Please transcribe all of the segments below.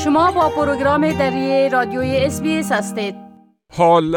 شما با پروگرام دری رادیوی SBS هستید. حال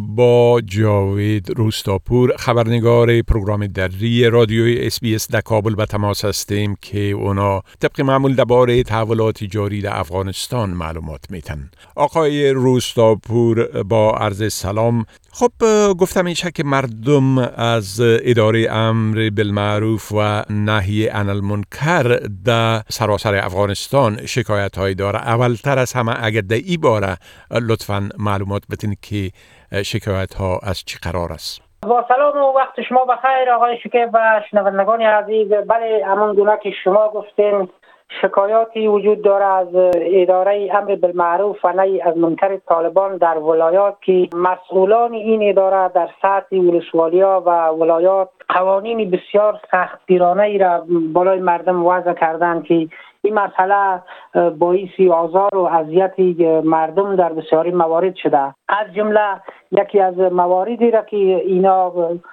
با جاوید روستاپور خبرنگار پروگرام دری رادیوی SBS در کابل به تماس هستیم که اونا طبق معمول درباره تحولات جاری در افغانستان معلومات میتن. آقای روستاپور با عرض سلام. خب گفتم میشه که مردم از اداره امر بالمعروف و نهی عن المنکر در سراسر افغانستان شکایت هایی داره. اولتر از همه اگر در این باره لطفاً معلومات بتین که شکایت ها از چی قرار است. با سلام و وقت شما بخیر آقای شکیب و شنوندگان عزیز. بله، همون گونه که شما گفتین شکایاتی وجود داره از اداره امر بالمعروف و نهی از منکر طالبان در ولایات که مسئولان این اداره در سطح ولسوالیا و ولایات قوانین بسیار سختگیرانه ای را بالای مردم وضع کردند که این مسئله باعث آزار و اذیت مردم در بسیاری موارد شده. از جمله یکی از مواردی را که اینا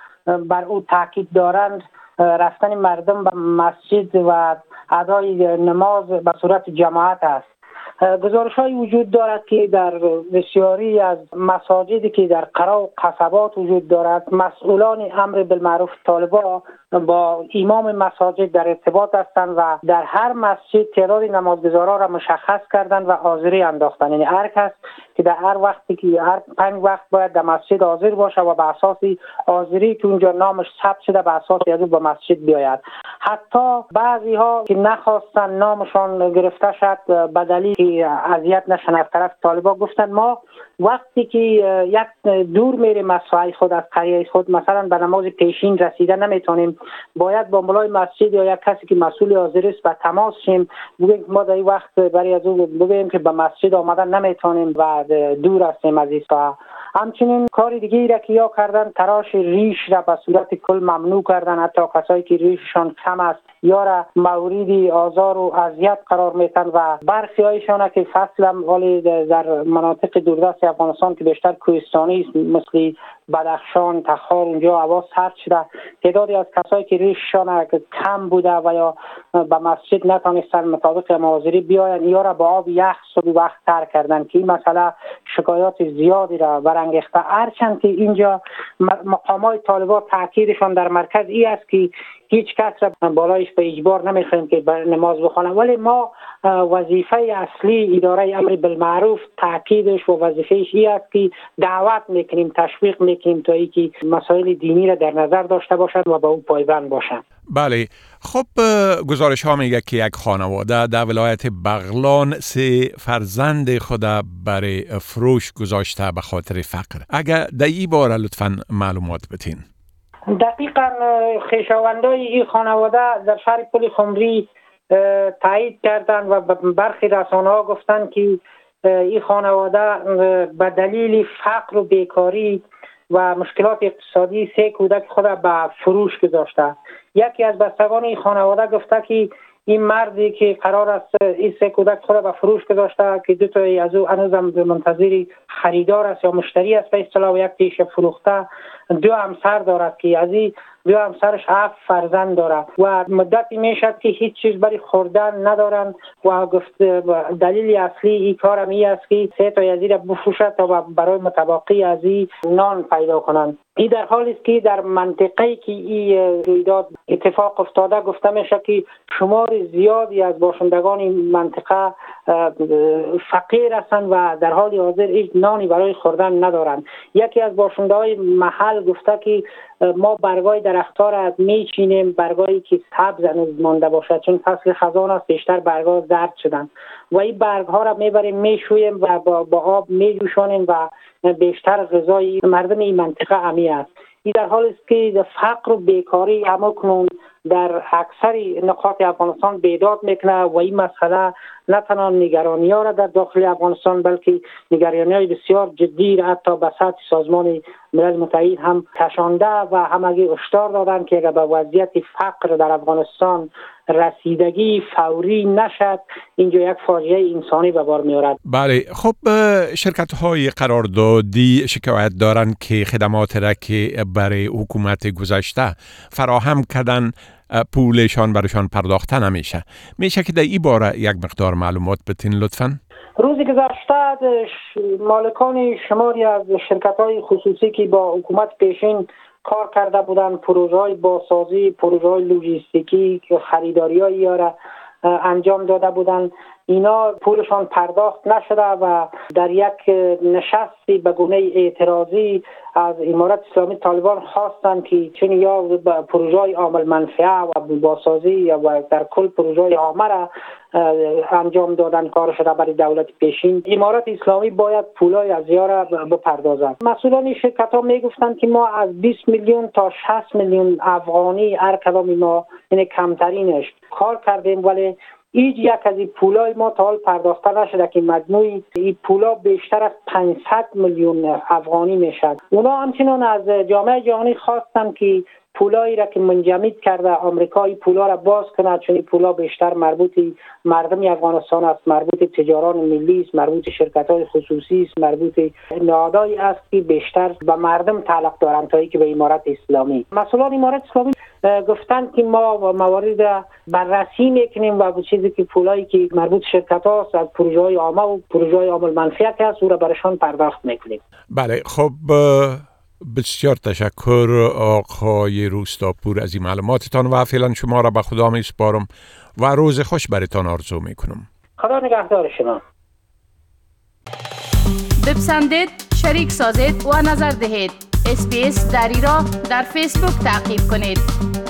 بر او تاکید دارند رفتن مردم به مسجد و ادای نماز به صورت جماعت است. گزارش های وجود دارد که در بسیاری از مساجدی که در قرا و قصبات وجود دارد مسئولان امر بالمعروف طالبان با امام مساجد در ارتباط هستند و در هر مسجد تعداد نمازگزاران را مشخص کردند و حاضری انداختند. یعنی هر کس که در هر وقتی که هر 5 وقت باید در مسجد حاضر باشه و به اساس حاضری که اونجا نامش ثبت شده به اساس از به مسجد بیاید. حتی بعضی ها که نخواستن نامشان گرفته شد به دلیل که اذیت نشن از طرف طالبان گفتن ما وقتی که یک دور میریم از سایه خود از قریه خود مثلا به نماز پیشین رسیده نمیتونیم، باید با مولای مسجد یا یک کسی که مسئول حاضر است به تماس شیم بگیم ما در این وقت برای از او بگیم که به مسجد آمدن نمیتونیم و دور هستیم از این سایه. همچنین کار دیگه را که یا کردن تراش ریش را به صورت کل ممنوع کردن. حتی کسایی که ریششان کم است یا را موردی آزار و اذیت قرار میتن و برخی هایشان که فصل هم ولی در مناطق دوردست افغانستان که بیشتر کوهستانی است مثل بدخشان، تخار، اونجا هوا سرد شده، تعدادی از کسایی که ریششان کم بوده و یا به مسجد نتونستن مطابق حاضری بیاین یا را با آب یخ صبح وقت تر کردن که این مسئله شکایات زیادی را برانگیخته. هرچند که اینجا مقامات طالبان تاکیدشان در مرکز ای است که هیچ کس را بالایش به اجبار نمیخوایم که نماز بخوانه، ولی ما وظیفه اصلی اداره امر بالمعروف تاکیدش و وظیفهش ای است که دعوت میکنیم، تشویق میکنیم تا اینکه مسائل دینی را در نظر داشته باشند و به او پایبند باشند. بله، خب گزارش ها میگه که یک خانواده در ولایت بغلان 3 فرزند خود برای فروش گذاشته به خاطر فقر. اگر در این باره لطفاً معلومات بتین. دقیقاً خویشاوندای این خانواده در شهر پل خمری تایید کردند و برخی رسانه‌ها گفتند که این خانواده به دلیل فقر و بیکاری و مشکلات اقتصادی 3 کودک خود را به فروش گذاشته. یکی از بستگان این خانواده گفته که این مردی که قرار است این 3 کودک خود را به فروش گذاشته که 2 تا از او هنوزم منتظر خریدار است یا مشتری است به اصطلاح و یک تیش فروخته، 2 همسر دارد که از این 2 همسرش 7 فرزند دارد و مدتی میشد که هیچ چیز برای خوردن ندارند و گفت دلیل اصلی این کارم این است که 3 تا از این را بفروشد تا برای متبقی از این نان پیدا کنند. این در حالی است که در منطقه‌ای که این رویداد اتفاق افتاده گفته میشه که شمار زیادی از باشندگان این منطقه فقیر هستند و در حال حاضر هیچ نانی برای خوردن ندارند. یکی از باشنده‌های محل گفته که ما برگای درخت‌ها را میچینیم، برگایی که سبز هنوز مانده باشد چون فصل خزان است بیشتر برگ‌ها زرد شدن و این برگ‌ها را میبریم میشوییم و با آب میجوشانیم و بیشتر غذای مردم این منطقه همی است. این در حالی است که فقر و بیکاری همکنون در اکثر نقاط افغانستان بیداد میکنه و این مسئله نه تنها نگرانی‌ها را در داخل افغانستان بلکه نگرانی‌های بسیار جدی را حتی به سطح سازمان ملل متحد هم کشانده و همگی هشدار دادند که اگر به وضعیت فقر در افغانستان رسیدگی فوری نشد اینجا یک فاجعه انسانی به بار می‌آورد. بله، خب شرکت‌های قراردادی شکایت دارند که خدمات را که برای حکومت گذشته فراهم کردن پولشان برشان پرداخته نمیشه. میشه که در این باره یک مقدار معلومات بتین لطفاً؟ روز گذشته مالکان شماری از شرکت‌های خصوصی که با حکومت پیشین کار کرده بودند، پروژه‌های بازسازی، پروژه‌های لوجستیکی، خریداری‌های را انجام داده بودند، اینا پولشان پرداخت نشده و در یک نشستی به گونه اعتراضی از امارت اسلامی طالبان خواستند که چون یا پروژه‌های عامل منفعه و بازسازی و در کل پروژه‌های عامه را انجام دادن کار شده برای دولت پیشین، امارت اسلامی باید پولای از یارا بپردازد. مسئولان شرکت‌ها میگفتند که ما از 20 میلیون تا 60 میلیون افغانی هر کدام ما، یعنی کمترینش کار کردیم، ولی هیچ یک از این پولای ما تا حال پرداخته نشده که مجموعی این پولا بیشتر از 500 میلیون افغانی میشد. اونا همچنان از جامعه جهانی خواستن که پولایی را که منجمد کرده آمریکا این پولا را باز کنه، چون این پولا بیشتر مربوط مردم افغانستان است، مربوط تجاران ملی است، مربوط شرکت‌های خصوصی است، مربوط نهادهایی است که بیشتر به مردم تعلق دارند تا اینکه به امارت اسلامی. مسئولان امارت اسلامی گفتن که ما موارد بررسی میکنیم و چیزی که پولایی که مربوط شرکت هاست از پروژه‌های عامه و پروژه‌های عامل منفعت هست او را برشان پرداخت میکنیم. بله، خب بسیار تشکر آقای روستاپور از این معلوماتتان و فعلا شما را به خدا میسپارم و روز خوش برتان آرزو میکنم. خدا نگهدار شما. بپسندید، شریک سازید و نظر دهید. SBS دری را در فیسبوک تعقیب کنید.